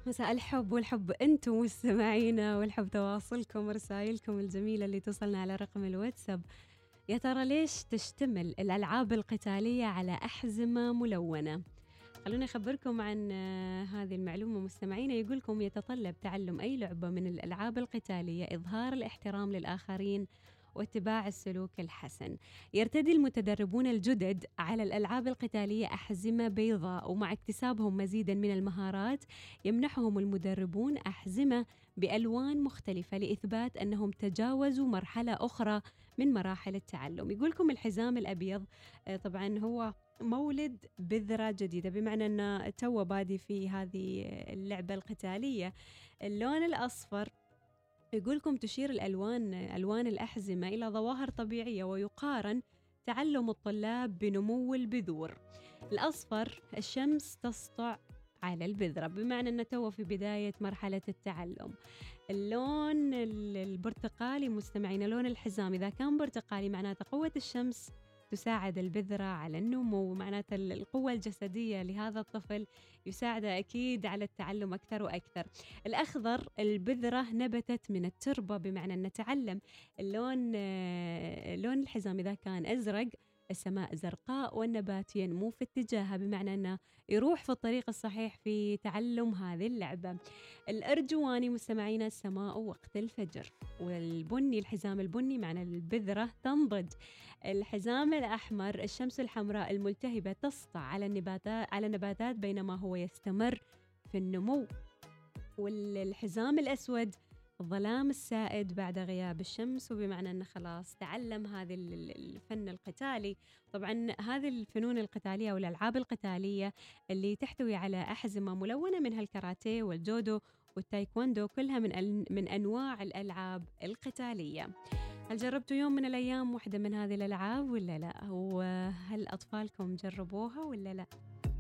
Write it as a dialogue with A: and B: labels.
A: مساء الحب والحب أنتم مستمعينا، والحب تواصلكم ورسائلكم الجميلة اللي توصلنا على رقم الواتساب. يا ترى ليش تشتمل الألعاب القتالية على أحزمة ملونة؟ خلوني أخبركم عن هذه المعلومة مستمعينا. يقولكم يتطلب تعلم أي لعبة من الألعاب القتالية إظهار الاحترام للآخرين واتباع السلوك الحسن. يرتدي المتدربون الجدد على الألعاب القتالية أحزمة بيضاء، ومع اكتسابهم مزيدا من المهارات يمنحهم المدربون أحزمة بألوان مختلفة لإثبات أنهم تجاوزوا مرحلة أخرى من مراحل التعلم. يقولكم الحزام الأبيض طبعا هو مولد بذرة جديدة، بمعنى أنه تو بادي في هذه اللعبة القتالية. اللون الأصفر يقولكم تشير ألوان الأحزمة إلى ظواهر طبيعية، ويقارن تعلم الطلاب بنمو البذور. الأصفر الشمس تسطع على البذرة، بمعنى أنه تو في بداية مرحلة التعلم. اللون البرتقالي مستمعين، لون الحزام إذا كان برتقالي معناته قوة الشمس تساعد البذرة على النمو، معناته القوة الجسدية لهذا الطفل يساعده أكيد على التعلم أكثر وأكثر. الأخضر البذرة نبتت من التربة، بمعنى أن نتعلم. لون الحزام إذا كان أزرق السماء زرقاء والنبات ينمو في اتجاهها، بمعنى أنه يروح في الطريق الصحيح في تعلم هذه اللعبة. الأرجواني مستمعينا السماء وقت الفجر. والبني الحزام البني معنى البذرة تنضج. الحزام الأحمر الشمس الحمراء الملتهبة تسطع على النباتات بينما هو يستمر في النمو. والحزام الأسود الظلام السائد بعد غياب الشمس، وبمعنى أنه خلاص تعلم هذا الفن القتالي. طبعا هذه الفنون القتالية والألعاب القتالية اللي تحتوي على أحزمة ملونة منها الكاراتيه والجودو والتايكوندو، كلها من أنواع الألعاب القتالية. هل جربتوا يوم من الأيام واحدة من هذه الألعاب ولا لا؟ وهل أطفالكم جربوها ولا لا؟